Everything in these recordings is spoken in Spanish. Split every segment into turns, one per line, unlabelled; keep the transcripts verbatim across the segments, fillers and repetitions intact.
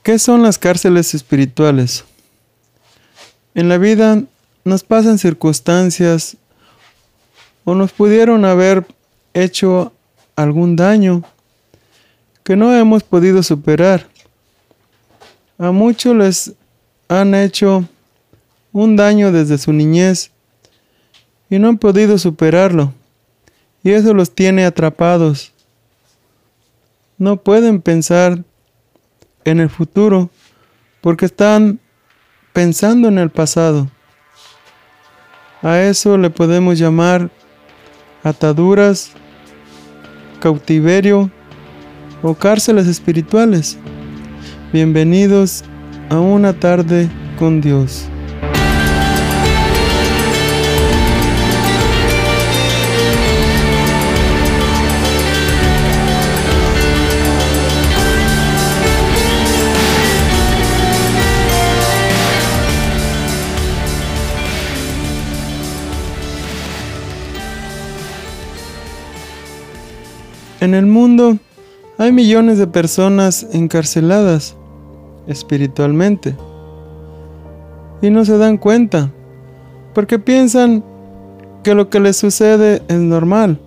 ¿Qué son las cárceles espirituales? En la vida nos pasan circunstancias o nos pudieron haber hecho algún daño que no hemos podido superar. A muchos les han hecho un daño desde su niñez y no han podido superarlo, y eso los tiene atrapados. No pueden pensar en el futuro porque están pensando en el pasado. A eso le podemos llamar ataduras, cautiverio o cárceles espirituales. Bienvenidos a una tarde con Dios. En el mundo hay millones de personas encarceladas espiritualmente y no se dan cuenta porque piensan que lo que les sucede es normal.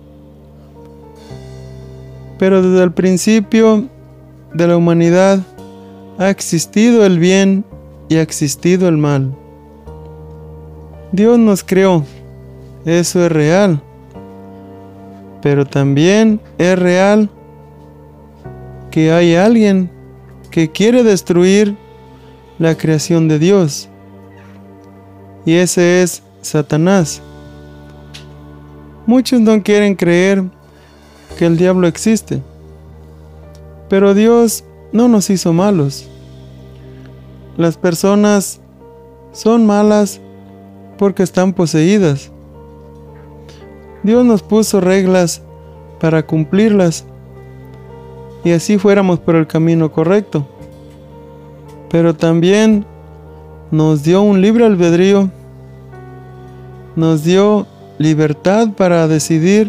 Pero desde el principio de la humanidad ha existido el bien y ha existido el mal. Dios nos creó, eso es real. Pero también es real que hay alguien que quiere destruir la creación de Dios. Y ese es Satanás. Muchos no quieren creer que el diablo existe. Pero Dios no nos hizo malos. Las personas son malas porque están poseídas. Dios nos puso reglas para cumplirlas y así fuéramos por el camino correcto. Pero también nos dio un libre albedrío, nos dio libertad para decidir.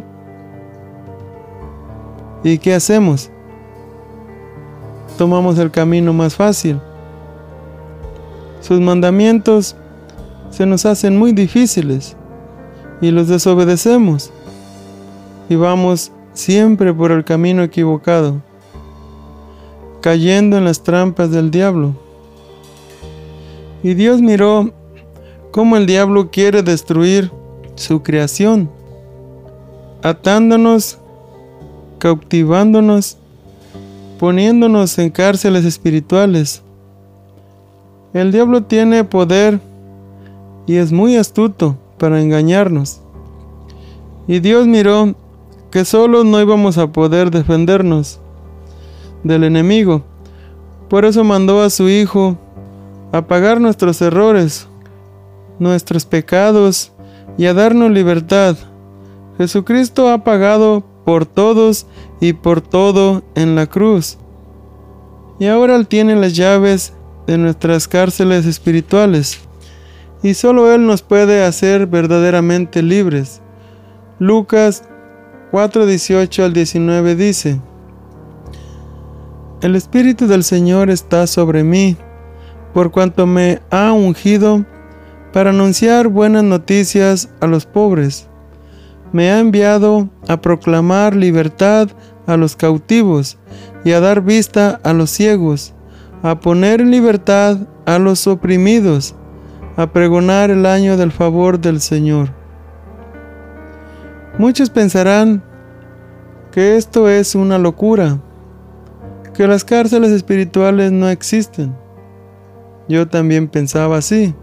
¿Y qué hacemos? Tomamos el camino más fácil. Sus mandamientos se nos hacen muy difíciles y los desobedecemos y vamos siempre por el camino equivocado, cayendo en las trampas del diablo. Y Dios miró cómo el diablo quiere destruir su creación, atándonos, cautivándonos, poniéndonos en cárceles espirituales. El diablo tiene poder y es muy astuto para engañarnos. Y Dios miró que solos no íbamos a poder defendernos del enemigo. Por eso mandó a su Hijo a pagar nuestros errores, nuestros pecados y a darnos libertad. Jesucristo ha pagado por todos y por todo en la cruz. Y ahora Él tiene las llaves de nuestras cárceles espirituales. Y solo Él nos puede hacer verdaderamente libres. Lucas cuatro, dieciocho al diecinueve dice: El Espíritu del Señor está sobre mí, por cuanto me ha ungido para anunciar buenas noticias a los pobres. Me ha enviado a proclamar libertad a los cautivos y a dar vista a los ciegos, a poner en libertad a los oprimidos, a pregonar el año del favor del Señor. Muchos pensarán que esto es una locura, que las cárceles espirituales no existen. Yo también pensaba así.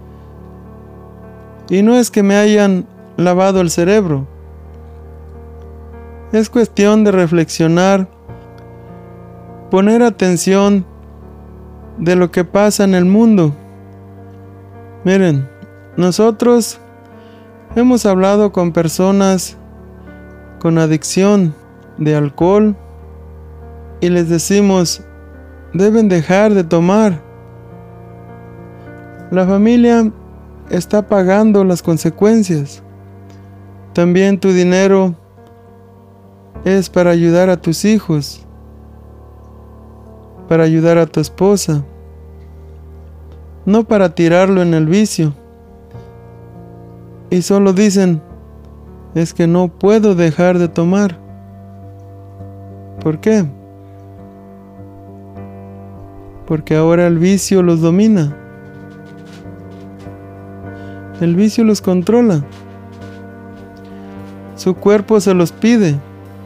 Y no es que me hayan lavado el cerebro. Es cuestión de reflexionar, poner atención de lo que pasa en el mundo. Miren, nosotros hemos hablado con personas con adicción de alcohol y les decimos, deben dejar de tomar. La familia está pagando las consecuencias. También tu dinero es para ayudar a tus hijos. para ayudar a tu esposa, no para tirarlo en el vicio. Y solo dicen, es que no puedo dejar de tomar. ¿Por qué? Porque ahora el vicio los domina. El vicio los controla. Su cuerpo se los pide.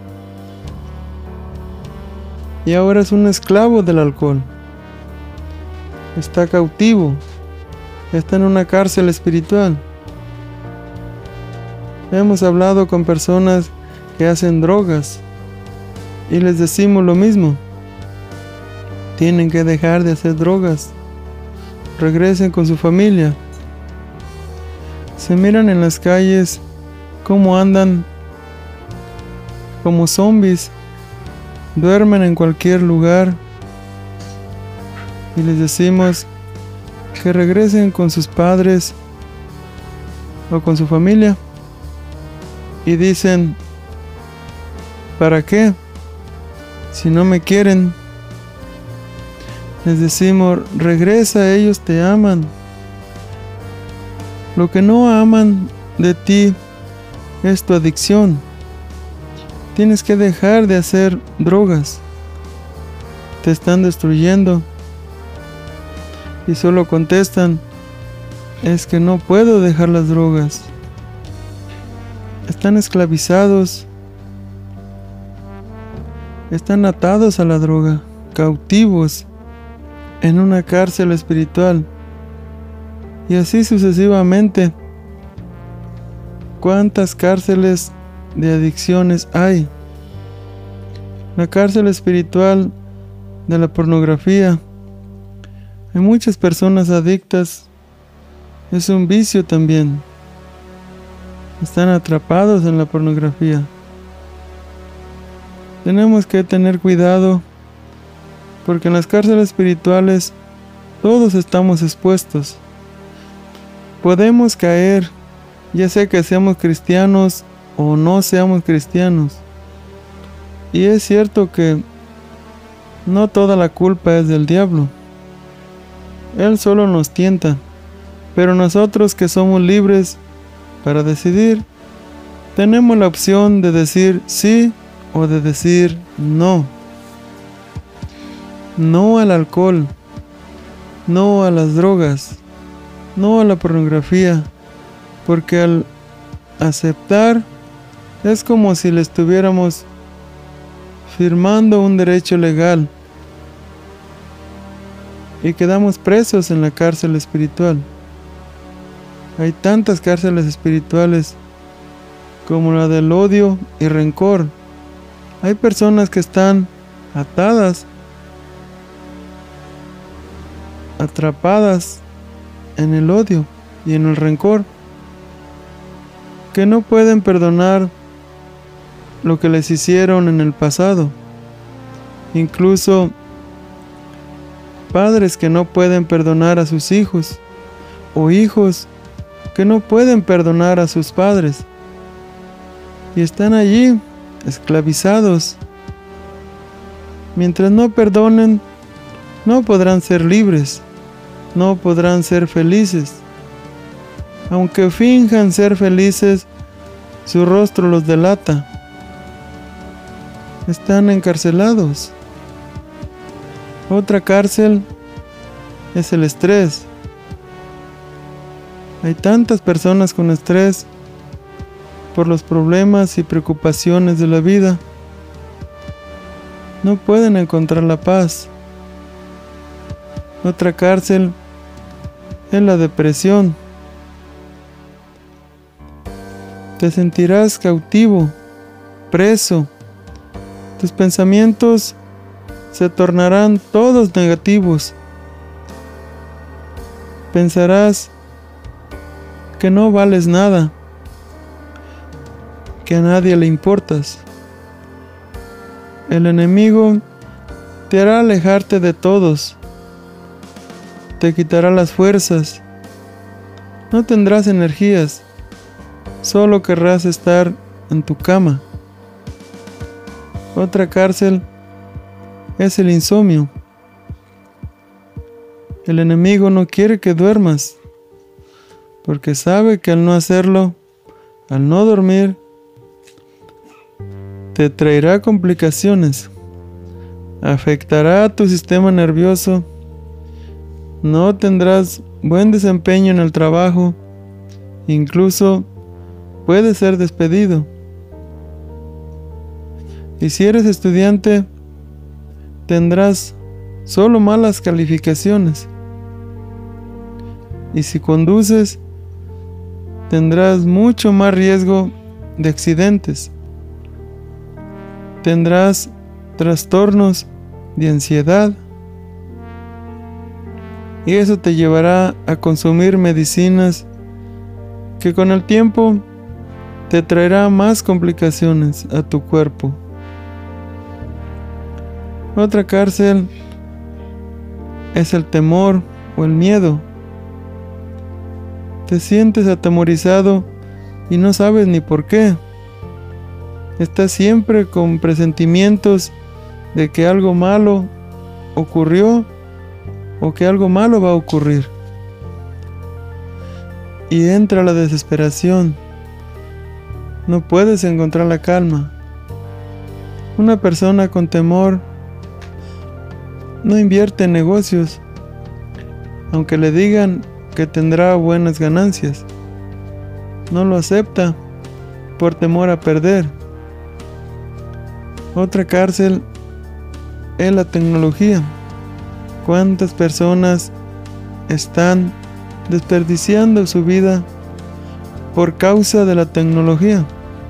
Y ahora es un esclavo del alcohol. Está cautivo. Está en una cárcel espiritual. Hemos hablado con personas que hacen drogas y les decimos lo mismo. Tienen que dejar de hacer drogas. Regresen con su familia. Se miran en las calles cómo andan como zombies. Duermen en cualquier lugar. Y les decimos que regresen con sus padres o con su familia. Y dicen, ¿para qué? Si no me quieren. Les decimos, regresa, ellos te aman. Lo que no aman de ti es tu adicción. Tienes que dejar de hacer drogas. Te están destruyendo. Y solo contestan, es que no puedo dejar las drogas. Están esclavizados. Están atados a la droga, cautivos en una cárcel espiritual. Y así sucesivamente. ¿Cuántas cárceles de adicciones hay? La cárcel espiritual de la pornografía. Hay muchas personas adictas. Es un vicio también. Están atrapados en la pornografía. Tenemos que tener cuidado, porque en las cárceles espirituales todos estamos expuestos. Podemos caer, ya sea que seamos cristianos o no seamos cristianos. Y es cierto que no toda la culpa es del diablo. Él solo nos tienta, pero nosotros que somos libres para decidir, tenemos la opción de decir sí o de decir no. No al alcohol, no a las drogas, no a la pornografía, porque al aceptar es como si le estuviéramos firmando un derecho legal y quedamos presos en la cárcel espiritual. Hay tantas cárceles espirituales como la del odio y rencor. Hay personas que están atadas, atrapadas en el odio y en el rencor, que no pueden perdonar lo que les hicieron en el pasado. Incluso padres que no pueden perdonar a sus hijos, o hijos que no pueden perdonar a sus padres, y están allí esclavizados. Mientras no perdonen, no podrán ser libres, no podrán ser felices. Aunque finjan ser felices, su rostro los delata. Están encarcelados. Otra cárcel es el estrés. Hay tantas personas con estrés por los problemas y preocupaciones de la vida. No pueden encontrar la paz. Otra cárcel es la depresión. Te sentirás cautivo, preso. Tus pensamientos se tornarán todos negativos. Pensarás que no vales nada, que a nadie le importas. El enemigo te hará alejarte de todos, te quitará las fuerzas, no tendrás energías, solo querrás estar en tu cama. Otra cárcel es el insomnio. El enemigo no quiere que duermas, porque sabe que al no hacerlo, al no dormir, te traerá complicaciones, afectará a tu sistema nervioso, no tendrás buen desempeño en el trabajo, incluso puedes ser despedido. Y si eres estudiante, tendrás solo malas calificaciones. Y si conduces, tendrás mucho más riesgo de accidentes. Tendrás trastornos de ansiedad. Y eso te llevará a consumir medicinas que con el tiempo te traerá más complicaciones a tu cuerpo. Otra cárcel es el temor o el miedo. Te sientes atemorizado y no sabes ni por qué. Estás siempre con presentimientos de que algo malo ocurrió o que algo malo va a ocurrir. Y entra la desesperación. No puedes encontrar la calma. Una persona con temor no invierte en negocios, aunque le digan que tendrá buenas ganancias. No lo acepta por temor a perder. Otra cárcel es la tecnología. ¿Cuántas personas están desperdiciando su vida por causa de la tecnología?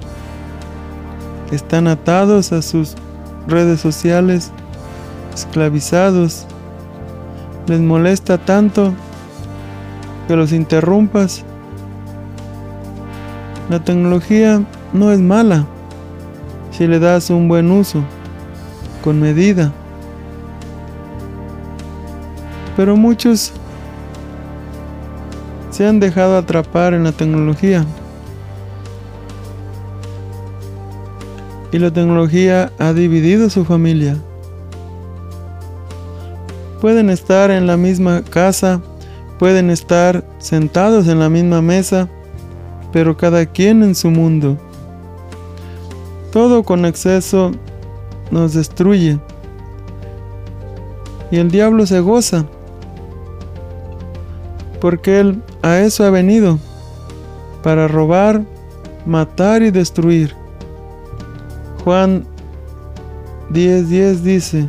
Están atados a sus redes sociales, esclavizados. Les molesta tanto que los interrumpas. La tecnología no es mala si le das un buen uso, con medida. Pero muchos se han dejado atrapar en la tecnología. Y la tecnología ha dividido su familia. Pueden estar en la misma casa, pueden estar sentados en la misma mesa, pero cada quien en su mundo. Todo con exceso nos destruye. Y el diablo se goza, porque él a eso ha venido, para robar, matar y destruir. Juan diez diez dice: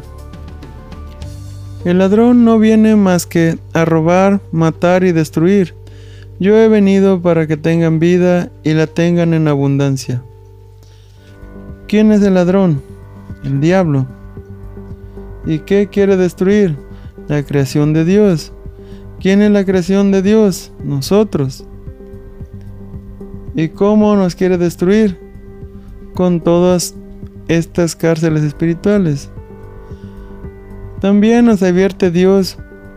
el ladrón no viene más que a robar, matar y destruir. Yo he venido para que tengan vida y la tengan en abundancia. ¿Quién es el ladrón? El diablo. ¿Y qué quiere destruir? La creación de Dios. ¿Quién es la creación de Dios? Nosotros. ¿Y cómo nos quiere destruir? Con todas estas cárceles espirituales. También nos advierte Dios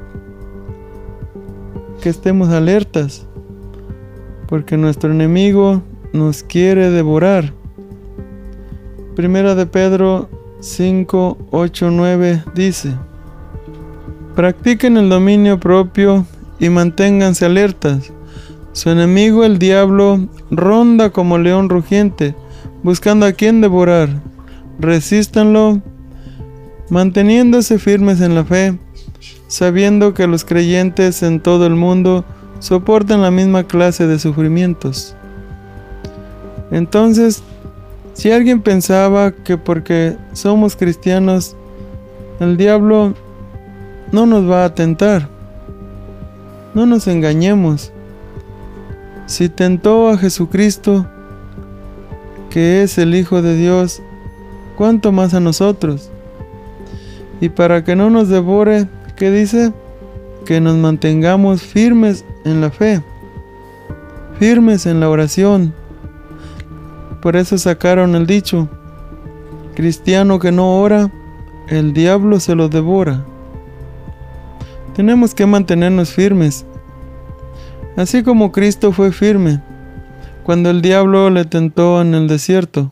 que estemos alertas, porque nuestro enemigo nos quiere devorar. Primera de Pedro cinco, ocho, nueve dice: practiquen el dominio propio y manténganse alertas. Su enemigo el diablo ronda como león rugiente, buscando a quien devorar. Resístanlo, manteniéndose firmes en la fe, sabiendo que los creyentes en todo el mundo soportan la misma clase de sufrimientos. Entonces, si alguien pensaba que porque somos cristianos, el diablo no nos va a tentar, no nos engañemos. Si tentó a Jesucristo, que es el Hijo de Dios, ¿cuánto más a nosotros? Y para que no nos devore, ¿qué dice? Que nos mantengamos firmes en la fe, firmes en la oración. Por eso sacaron el dicho: cristiano que no ora, el diablo se lo devora. Tenemos que mantenernos firmes, así como Cristo fue firme cuando el diablo le tentó en el desierto.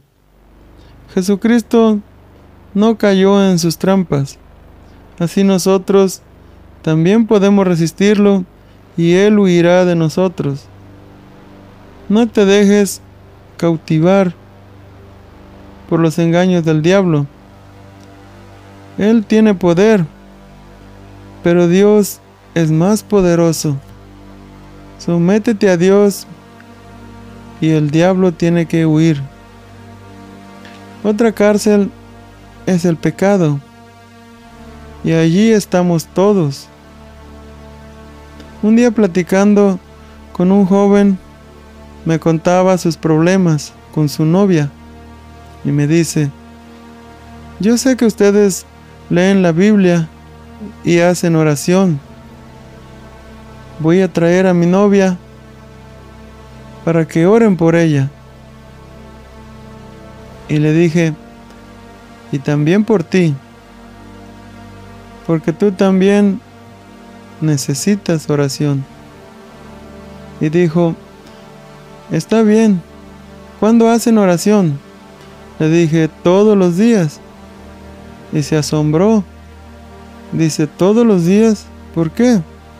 Jesucristo no cayó en sus trampas. Así nosotros también podemos resistirlo y Él huirá de nosotros. No te dejes cautivar por los engaños del diablo. Él tiene poder, pero Dios es más poderoso. Sométete a Dios y el diablo tiene que huir. Otra cárcel es el pecado, y allí estamos todos. Un día platicando con un joven, me contaba sus problemas con su novia y me dice: yo sé que ustedes leen la Biblia y hacen oración. Voy a traer a mi novia para que oren por ella. Y le dije: y también por ti, porque tú también necesitas oración. Y dijo: está bien, ¿cuándo hacen oración? Le dije: todos los días. Y se asombró. Dice: ¿todos los días? ¿Por qué?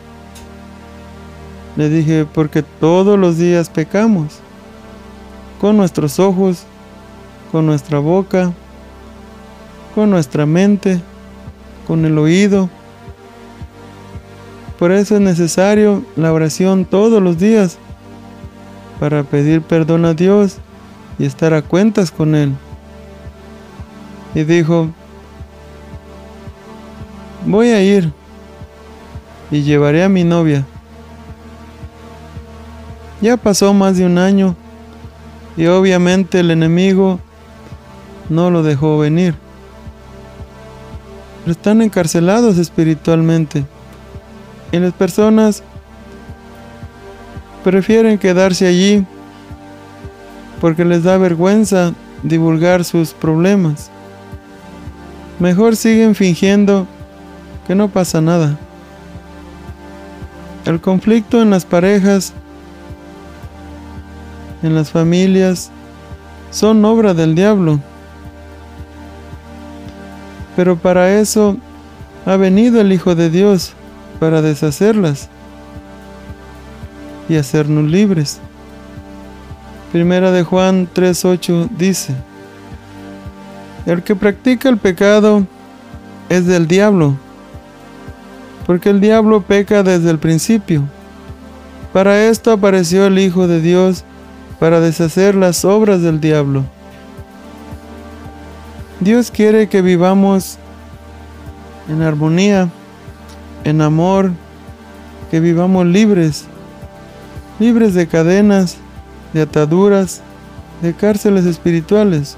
Le dije: porque todos los días pecamos, con nuestros ojos, con nuestra boca, con nuestra mente, con el oído. Por eso es necesario la oración todos los días, para pedir perdón a Dios y estar a cuentas con Él. Y dijo: voy a ir y llevaré a mi novia. Ya pasó más de un año y obviamente el enemigo no lo dejó venir. Están encarcelados espiritualmente y las personas prefieren quedarse allí porque les da vergüenza divulgar sus problemas. Mejor siguen fingiendo que no pasa nada. El conflicto en las parejas, en las familias, son obra del diablo. Pero para eso ha venido el Hijo de Dios, para deshacerlas y hacernos libres. Primera de Juan tres ocho dice: el que practica el pecado es del diablo, porque el diablo peca desde el principio. Para esto apareció el Hijo de Dios, para deshacer las obras del diablo. Dios quiere que vivamos en armonía, en amor, que vivamos libres, libres de cadenas, de ataduras, de cárceles espirituales.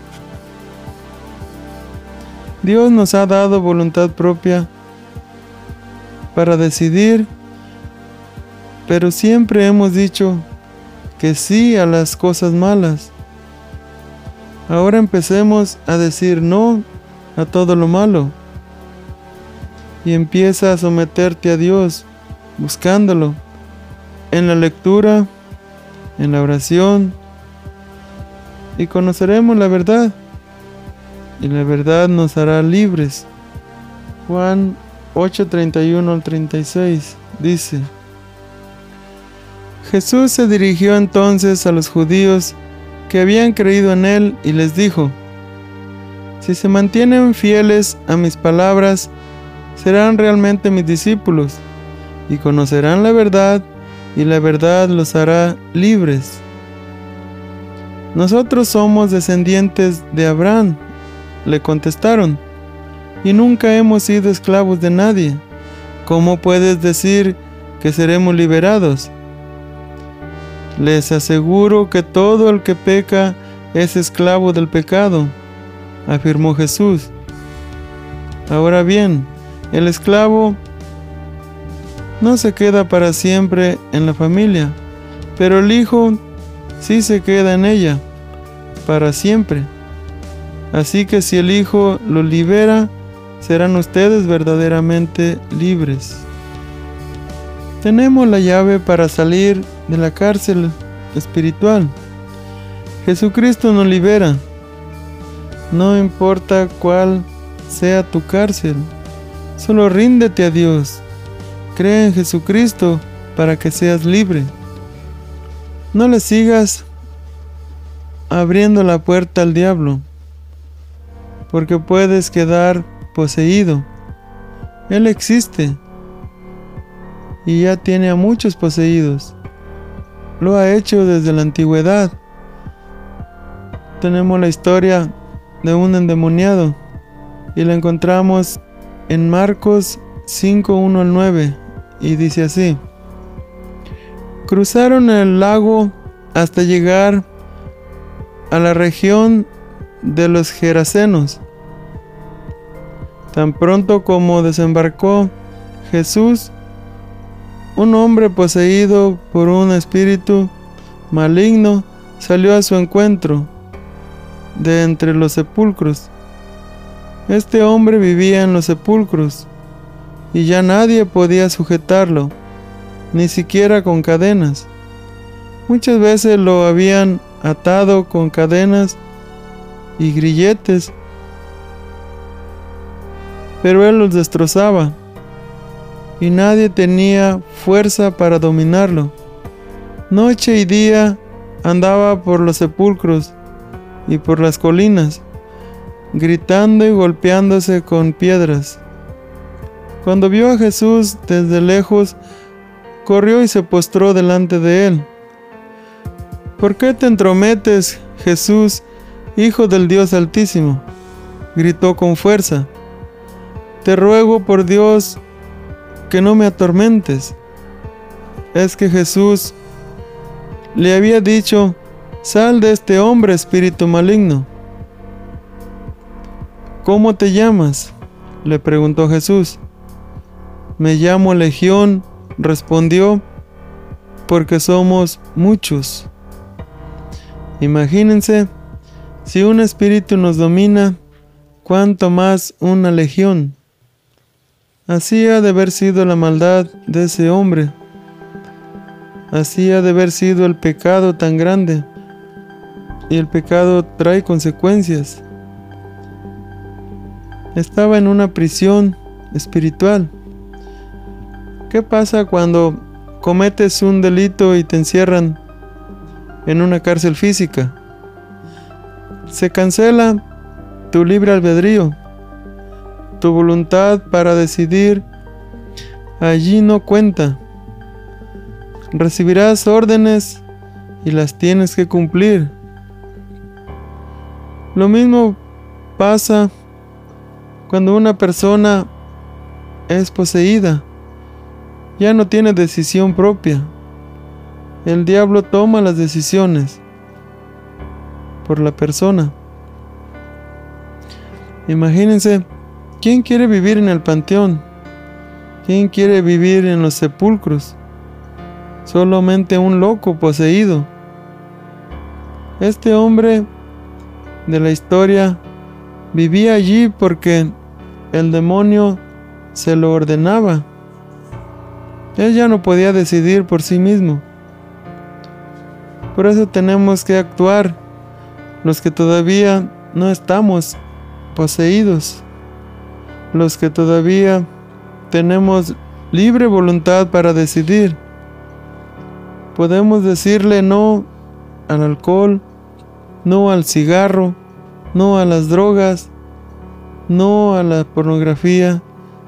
Dios nos ha dado voluntad propia para decidir, pero siempre hemos dicho que sí a las cosas malas. Ahora empecemos a decir no a todo lo malo y empieza a someterte a Dios, buscándolo en la lectura, en la oración, y conoceremos la verdad, y la verdad nos hará libres. Juan ocho treinta y uno al treinta y seis dice: Jesús se dirigió entonces a los judíos que habían creído en Él y les dijo: si se mantienen fieles a mis palabras, serán realmente mis discípulos y conocerán la verdad, y la verdad los hará libres. Nosotros somos descendientes de Abraham, le contestaron, y nunca hemos sido esclavos de nadie. ¿Cómo puedes decir que seremos liberados? Les aseguro que todo el que peca es esclavo del pecado, afirmó Jesús. Ahora bien, el esclavo no se queda para siempre en la familia, pero el hijo sí se queda en ella para siempre. Así que si el Hijo los libera, serán ustedes verdaderamente libres. Tenemos la llave para salir de la cárcel espiritual. Jesucristo nos libera. No importa cuál sea tu cárcel, solo ríndete a Dios Cree en Jesucristo para que seas libre. No le sigas abriendo la puerta al diablo, porque puedes quedar poseído. Él existe y ya tiene a muchos poseídos. Lo ha hecho desde la antigüedad. Tenemos la historia de un endemoniado y la encontramos en Marcos cinco, uno al nueve, y dice así: cruzaron el lago hasta llegar a la región de los Gerasenos. Tan pronto como desembarcó Jesús, un hombre poseído por un espíritu maligno salió a su encuentro de entre los sepulcros. Este hombre vivía en los sepulcros y ya nadie podía sujetarlo, ni siquiera con cadenas. Muchas veces lo habían atado con cadenas y grilletes, pero él los destrozaba y nadie tenía fuerza para dominarlo. Noche y día andaba por los sepulcros y por las colinas, gritando y golpeándose con piedras. Cuando vio a Jesús desde lejos, corrió y se postró delante de él. ¿Por qué te entrometes, Jesús, Hijo del Dios Altísimo?, gritó con fuerza. Te ruego por Dios que no me atormentes. Es que Jesús le había dicho: sal de este hombre, espíritu maligno. ¿Cómo te llamas?, le preguntó Jesús. Me llamo Legión, respondió, porque somos muchos. Imagínense, si un espíritu nos domina, cuánto más una legión. Así ha de haber sido la maldad de ese hombre. Así ha de haber sido el pecado tan grande. Y el pecado trae consecuencias. Estaba en una prisión espiritual. ¿Qué pasa cuando cometes un delito y te encierran en una cárcel física? Se cancela tu libre albedrío. Tu voluntad para decidir allí no cuenta. Recibirás órdenes y las tienes que cumplir. Lo mismo pasa cuando una persona es poseída. Ya no tiene decisión propia. El diablo toma las decisiones por la persona. Imagínense, ¿quién quiere vivir en el panteón? ¿Quién quiere vivir en los sepulcros? Solamente un loco poseído. Este hombre de la historia vivía allí porque el demonio se lo ordenaba. Él ya no podía decidir por sí mismo. Por eso tenemos que actuar, los que todavía no estamos poseídos, los que todavía tenemos libre voluntad para decidir. Podemos decirle no al alcohol, no al cigarro, no a las drogas, no a la pornografía,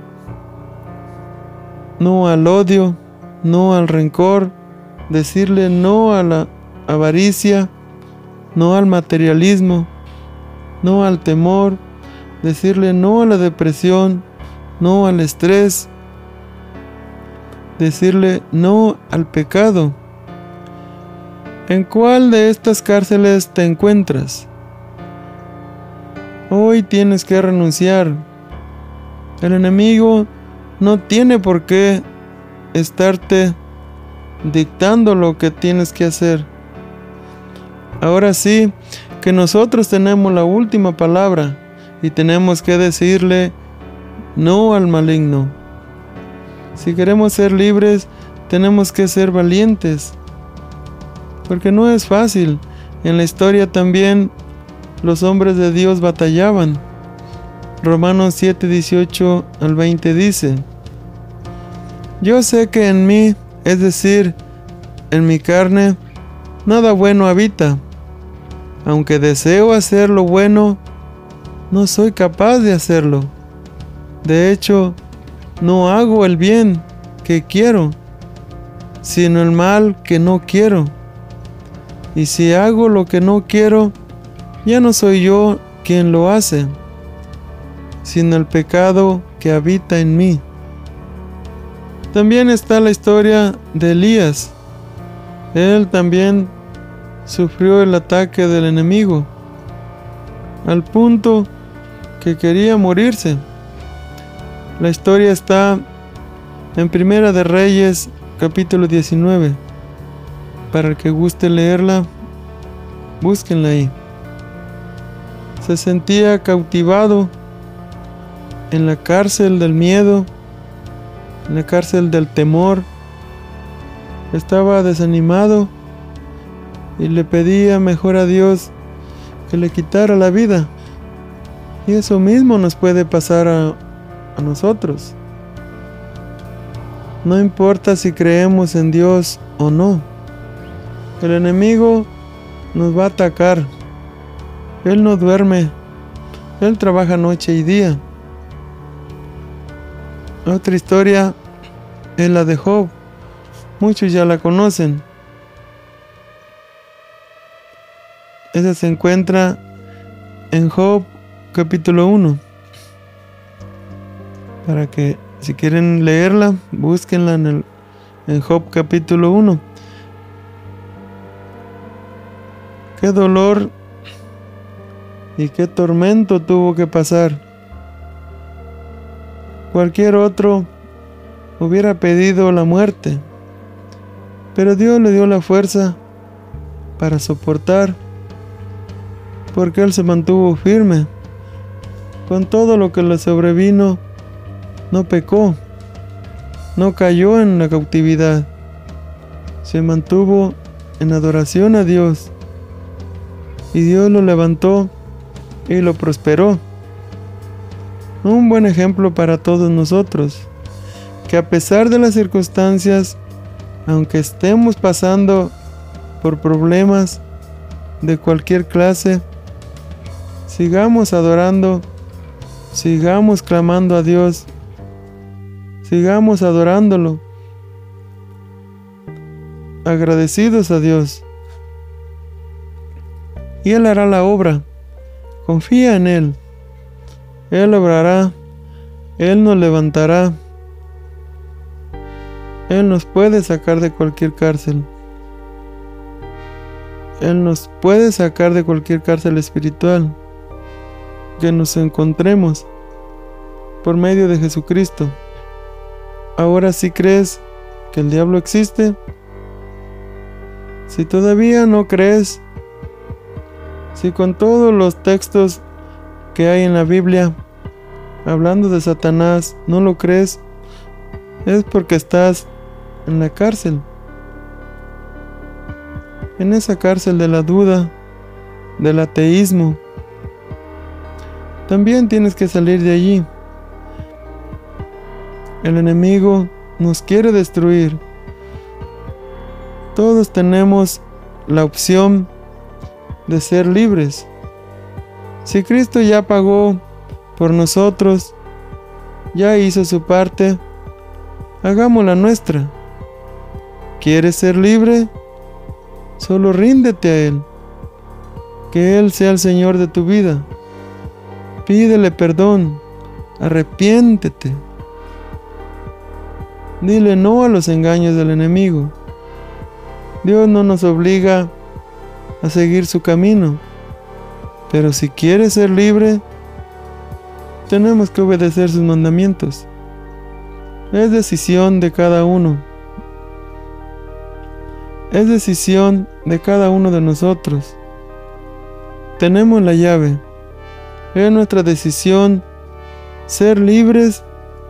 no al odio, no al rencor, decirle no a la avaricia, no al materialismo, no al temor, decirle no a la depresión, no al estrés, decirle no al pecado. ¿En cuál de estas cárceles te encuentras? Hoy tienes que renunciar. El enemigo no tiene por qué estarte dictando lo que tienes que hacer. Ahora sí que nosotros tenemos la última palabra y tenemos que decirle no al maligno. Si queremos ser libres, tenemos que ser valientes, porque no es fácil. En la historia también los hombres de Dios batallaban. Romanos siete, dieciocho al veinte dice: Yo sé que en mí, es decir, en mi carne, nada bueno habita. Aunque deseo hacer lo bueno, no soy capaz de hacerlo. De hecho, no hago el bien que quiero, sino el mal que no quiero. Y si hago lo que no quiero, ya no soy yo quien lo hace, sino el pecado que habita en mí. También está la historia de Elías. Él también sufrió el ataque del enemigo, al punto que quería morirse. La historia está en Primera de Reyes, capítulo diecinueve. Para el que guste leerla, búsquenla ahí. Se sentía cautivado en la cárcel del miedo, en la cárcel del temor. Estaba desanimado y le pedía mejor a Dios que le quitara la vida. Y eso mismo nos puede pasar a, a nosotros. No importa si creemos en Dios o no. El enemigo nos va a atacar. Él no duerme. Él trabaja noche y día. Otra historia es la de Job. Muchos ya la conocen. Esa se encuentra en Job capítulo uno. Para que si quieren leerla, búsquenla en, el, en Job capítulo uno. Qué dolor y qué tormento tuvo que pasar. Cualquier otro hubiera pedido la muerte, pero Dios le dio la fuerza para soportar, porque él se mantuvo firme. Con todo lo que le sobrevino, no pecó, no cayó en la cautividad, se mantuvo en adoración a Dios, y Dios lo levantó y lo prosperó. Un buen ejemplo para todos nosotros, que a pesar de las circunstancias, aunque estemos pasando por problemas de cualquier clase, sigamos adorando, sigamos clamando a Dios, sigamos adorándolo, agradecidos a Dios. Y Él hará la obra. Confía en Él. Él obrará. Él nos levantará. Él nos puede sacar de cualquier cárcel. Él nos puede sacar de cualquier cárcel espiritual que nos encontremos por medio de Jesucristo. Ahora, si crees que el diablo existe, si todavía no crees, si con todos los textos que hay en la Biblia hablando de Satanás no lo crees, es porque estás en la cárcel, en esa cárcel de la duda, del ateísmo. También tienes que salir de allí. El enemigo nos quiere destruir. Todos tenemos la opción de ser libres. Si Cristo ya pagó por nosotros, ya hizo su parte, hagamos la nuestra. ¿Quieres ser libre? Solo ríndete a Él. Que Él sea el Señor de tu vida. Pídele perdón. Arrepiéntete. Dile no a los engaños del enemigo. Dios no nos obliga a seguir su camino, pero si quieres ser libre, tenemos que obedecer sus mandamientos. Es decisión de cada uno. Es decisión de cada uno de nosotros. Tenemos la llave. Es nuestra decisión ser libres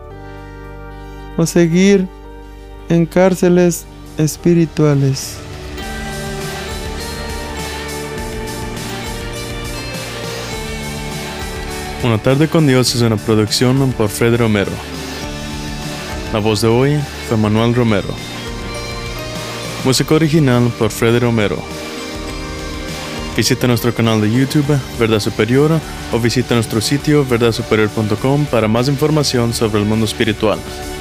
o seguir en cárceles espirituales.
Una tarde con Dios es una producción por Fred Romero. La voz de hoy fue Manuel Romero. Música original por Freddy Romero. Visita nuestro canal de YouTube, Verdad Superior, o visita nuestro sitio verdad superior punto com para más información sobre el mundo espiritual.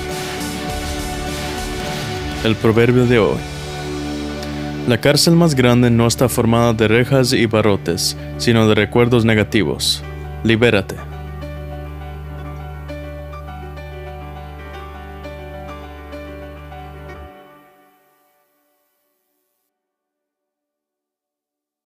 El proverbio de hoy. La cárcel más grande no está formada de rejas y barrotes, sino de recuerdos negativos. Libérate.